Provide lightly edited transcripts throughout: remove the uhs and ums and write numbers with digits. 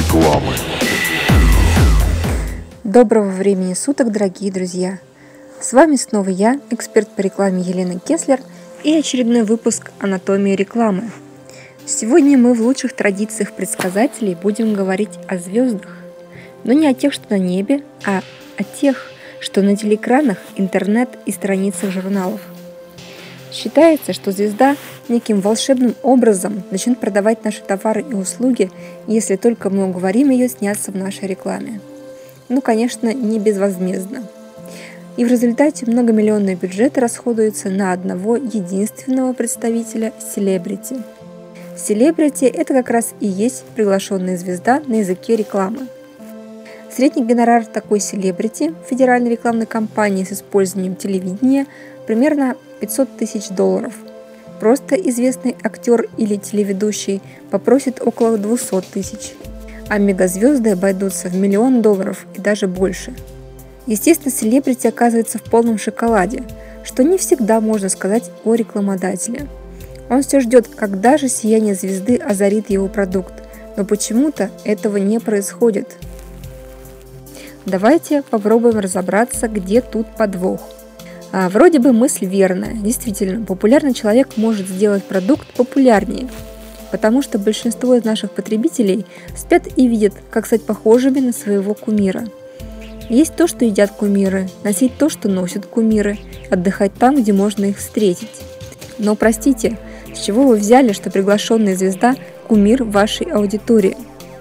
рекламы. Доброго времени суток, дорогие друзья! С вами снова я, эксперт по рекламе Елена Кеслер, и очередной выпуск «Анатомии рекламы». Сегодня мы в лучших традициях предсказателей будем говорить о звездах, но не о тех, что на небе, а о тех, что на телеэкранах, интернет и страницах журналов. Считается, что звезда неким волшебным образом начнет продавать наши товары и услуги, если только мы уговорим ее сняться в нашей рекламе. Ну, конечно, не безвозмездно. И в результате многомиллионные бюджеты расходуются на одного единственного представителя селебрити. Селебрити – это как раз и есть приглашенная звезда на языке рекламы. Средний гонорар такой селебрити в федеральной рекламной кампании с использованием телевидения примерно $500 000. Просто известный актер или телеведущий попросит около 200 тысяч, а мегазвезды обойдутся в $1 миллион и даже больше. Естественно, селебрити оказывается в полном шоколаде, что не всегда можно сказать о рекламодателе. Он все ждет, когда же сияние звезды озарит его продукт, но почему-то этого не происходит. Давайте попробуем разобраться, где тут подвох. Вроде бы мысль верная. Действительно, популярный человек может сделать продукт популярнее, потому что большинство из наших потребителей спят и видят, как стать похожими на своего кумира. Есть то, что едят кумиры, носить то, что носят кумиры, отдыхать там, где можно их встретить. Но простите, с чего вы взяли, что приглашенная звезда – кумир вашей аудитории?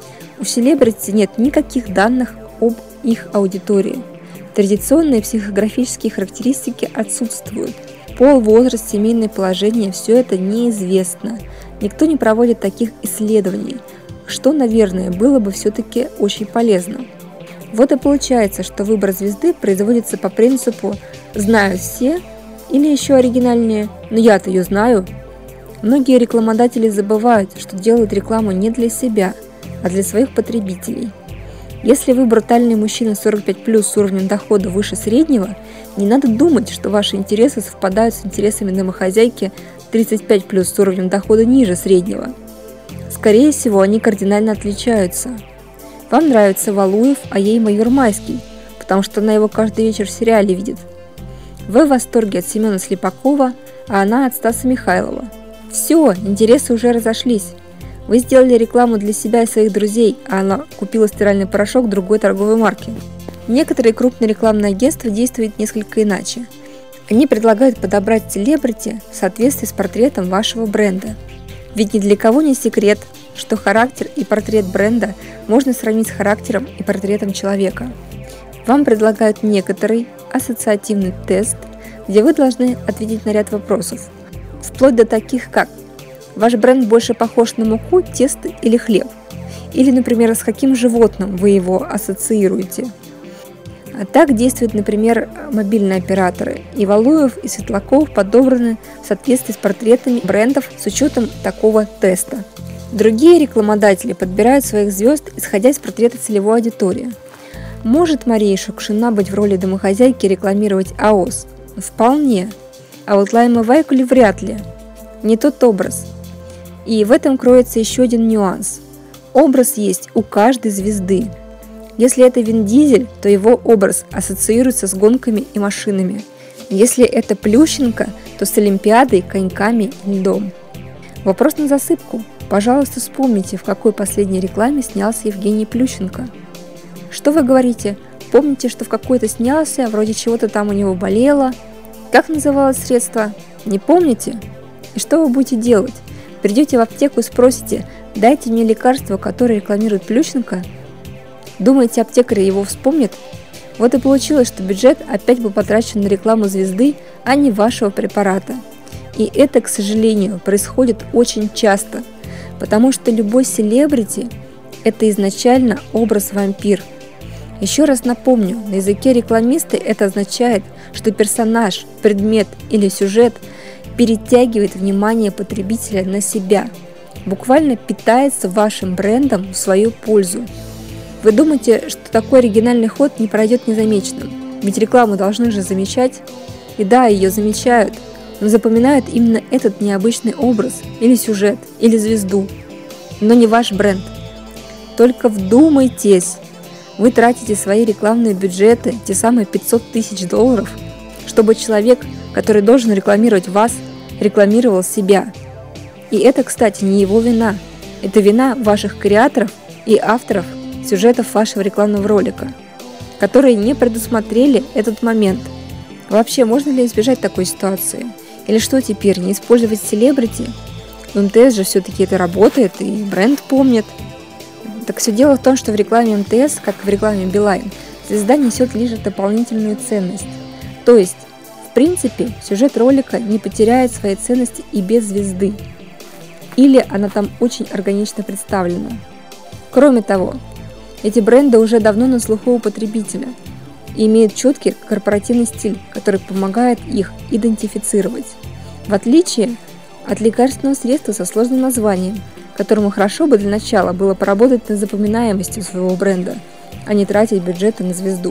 У селебрити нет никаких данных об их аудитории. Традиционные психографические характеристики отсутствуют. Пол, возраст, семейное положение – все это неизвестно. Никто не проводит таких исследований, что, наверное, было бы все-таки очень полезно. Вот и получается, что выбор звезды производится по принципу «знают все» или еще оригинальнее «но я-то ее знаю». Многие рекламодатели забывают, что делают рекламу не для себя, а для своих потребителей. Если вы брутальный мужчина 45+ с уровнем дохода выше среднего, не надо думать, что ваши интересы совпадают с интересами домохозяйки 35+ с уровнем дохода ниже среднего. Скорее всего, они кардинально отличаются. Вам нравится Валуев, а ей майор Майский, потому что она его каждый вечер в сериале видит. Вы в восторге от Семена Слепакова, а она от Стаса Михайлова. Все, интересы уже разошлись. Вы сделали рекламу для себя и своих друзей, а она купила стиральный порошок другой торговой марки. Некоторые крупные рекламные агентства действуют несколько иначе. Они предлагают подобрать селебрити в соответствии с портретом вашего бренда. Ведь ни для кого не секрет, что характер и портрет бренда можно сравнить с характером и портретом человека. Вам предлагают некоторый ассоциативный тест, где вы должны ответить на ряд вопросов, вплоть до таких как: ваш бренд больше похож на муку, тесто или хлеб? Или, например, с каким животным вы его ассоциируете? А так действуют, например, мобильные операторы. И Валуев, и Светлаков подобраны в соответствии с портретами брендов с учетом такого теста. Другие рекламодатели подбирают своих звезд, исходя из портрета целевой аудитории. Может Мария Шукшина быть в роли домохозяйки и рекламировать АОС? Вполне. А вот Лайма Вайкули вряд ли. Не тот образ. И в этом кроется еще один нюанс. Образ есть у каждой звезды. Если это Вин Дизель, то его образ ассоциируется с гонками и машинами. Если это Плющенко, то с Олимпиадой, коньками и льдом. Вопрос на засыпку. Пожалуйста, вспомните, в какой последней рекламе снялся Евгений Плющенко. Что вы говорите? Помните, что в какой-то снялся, вроде чего-то там у него болело? Как называлось средство? Не помните? И что вы будете делать? Придете в аптеку и спросите: дайте мне лекарство, которое рекламирует Плющенко? Думаете, аптекарь его вспомнит? Вот и получилось, что бюджет опять был потрачен на рекламу звезды, а не вашего препарата. И это, к сожалению, происходит очень часто, потому что любой селебрити – это изначально образ-вампир. Еще раз напомню, на языке рекламиста это означает, что персонаж, предмет или сюжет перетягивает внимание потребителя на себя, буквально питается вашим брендом в свою пользу. Вы думаете, что такой оригинальный ход не пройдет незамеченным? Ведь рекламу должны же замечать. И да, ее замечают, но запоминают именно этот необычный образ, или сюжет, или звезду, но не ваш бренд. Только вдумайтесь! Вы тратите свои рекламные бюджеты, те самые $500 тысяч, чтобы человек, который должен рекламировать вас, рекламировал себя. И это, кстати, не его вина. Это вина ваших креаторов и авторов сюжетов вашего рекламного ролика, которые не предусмотрели этот момент. Вообще, можно ли избежать такой ситуации? Или что теперь, не использовать селебрити? В МТС же все-таки это работает, и бренд помнит. Так все дело в том, что в рекламе МТС, как и в рекламе Билайн, звезда несет лишь дополнительную ценность. То есть, в принципе, сюжет ролика не потеряет своей ценности и без звезды. Или она там очень органично представлена. Кроме того, эти бренды уже давно на слуху у потребителя и имеют четкий корпоративный стиль, который помогает их идентифицировать. В отличие от лекарственного средства со сложным названием, которому хорошо бы для начала было поработать над запоминаемостью своего бренда, а не тратить бюджеты на звезду.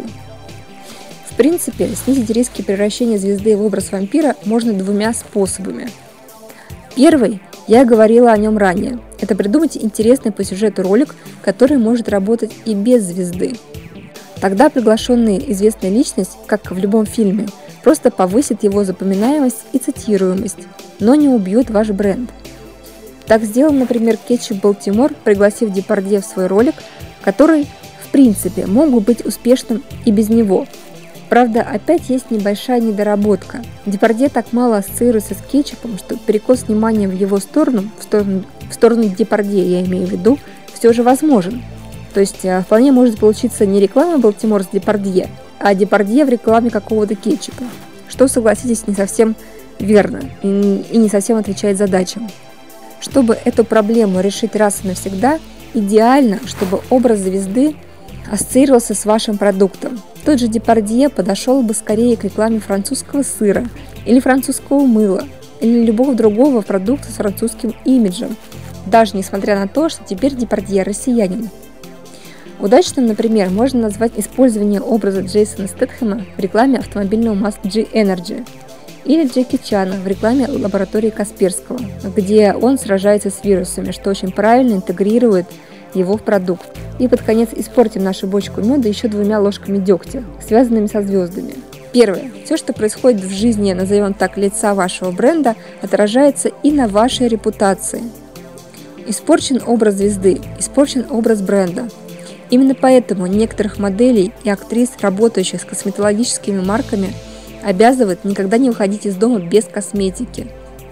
В принципе, снизить риски превращения звезды в образ вампира можно двумя способами. Первый, я говорила о нем ранее, это придумать интересный по сюжету ролик, который может работать и без звезды. Тогда приглашенная известная личность, как в любом фильме, просто повысит его запоминаемость и цитируемость, но не убьет ваш бренд. Так сделал, например, Кетчуп Балтимор, пригласив Депардье в свой ролик, который, в принципе, мог бы быть успешным и без него. Правда, опять есть небольшая недоработка. Депардье так мало ассоциируется с кетчупом, что перекос внимания в его сторону, в сторону Депардье, я имею в виду, все же возможен. То есть вполне может получиться не реклама Балтимор с Депардье, а Депардье в рекламе какого-то кетчупа, что, согласитесь, не совсем верно и не совсем отвечает задачам. Чтобы эту проблему решить раз и навсегда, идеально, чтобы образ звезды ассоциировался с вашим продуктом. Тот же Депардье подошел бы скорее к рекламе французского сыра или французского мыла или любого другого продукта с французским имиджем, даже несмотря на то, что теперь Депардье россиянин. Удачным, например, можно назвать использование образа Джейсона Стэтхэма в рекламе автомобильного масла G-Energy или Джеки Чана в рекламе лаборатории Касперского, где он сражается с вирусами, что очень правильно интегрирует его в продукт. И под конец испортим нашу бочку меда еще 2 ложками дегтя, связанными со звездами. Первое. Все, что происходит в жизни, назовем так, лица вашего бренда, отражается и на вашей репутации. Испорчен образ звезды, испорчен образ бренда. Именно поэтому некоторых моделей и актрис, работающих с косметологическими марками, обязывают никогда не выходить из дома без косметики.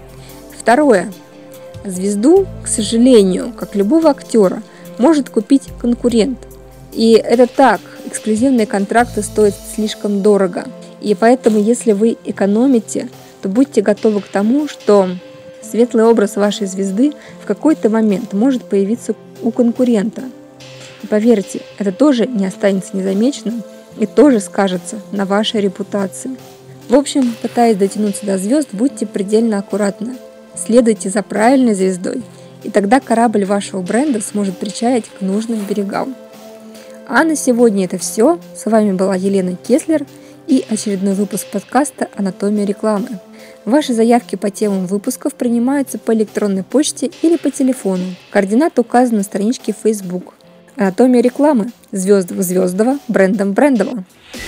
Второе. Звезду, к сожалению, как любого актера, может купить конкурент. И это так, эксклюзивные контракты стоят слишком дорого. И поэтому, если вы экономите, то будьте готовы к тому, что светлый образ вашей звезды в какой-то момент может появиться у конкурента. И поверьте, это тоже не останется незамеченным и тоже скажется на вашей репутации. В общем, пытаясь дотянуться до звезд, будьте предельно аккуратны. Следуйте за правильной звездой, и тогда корабль вашего бренда сможет причалить к нужным берегам. А на сегодня это все. С вами была Елена Кеслер и очередной выпуск подкаста «Анатомия рекламы». Ваши заявки по темам выпусков принимаются по электронной почте или по телефону. Координаты указаны на страничке Facebook. «Анатомия рекламы». Звездово-звездово, брендом-брендово.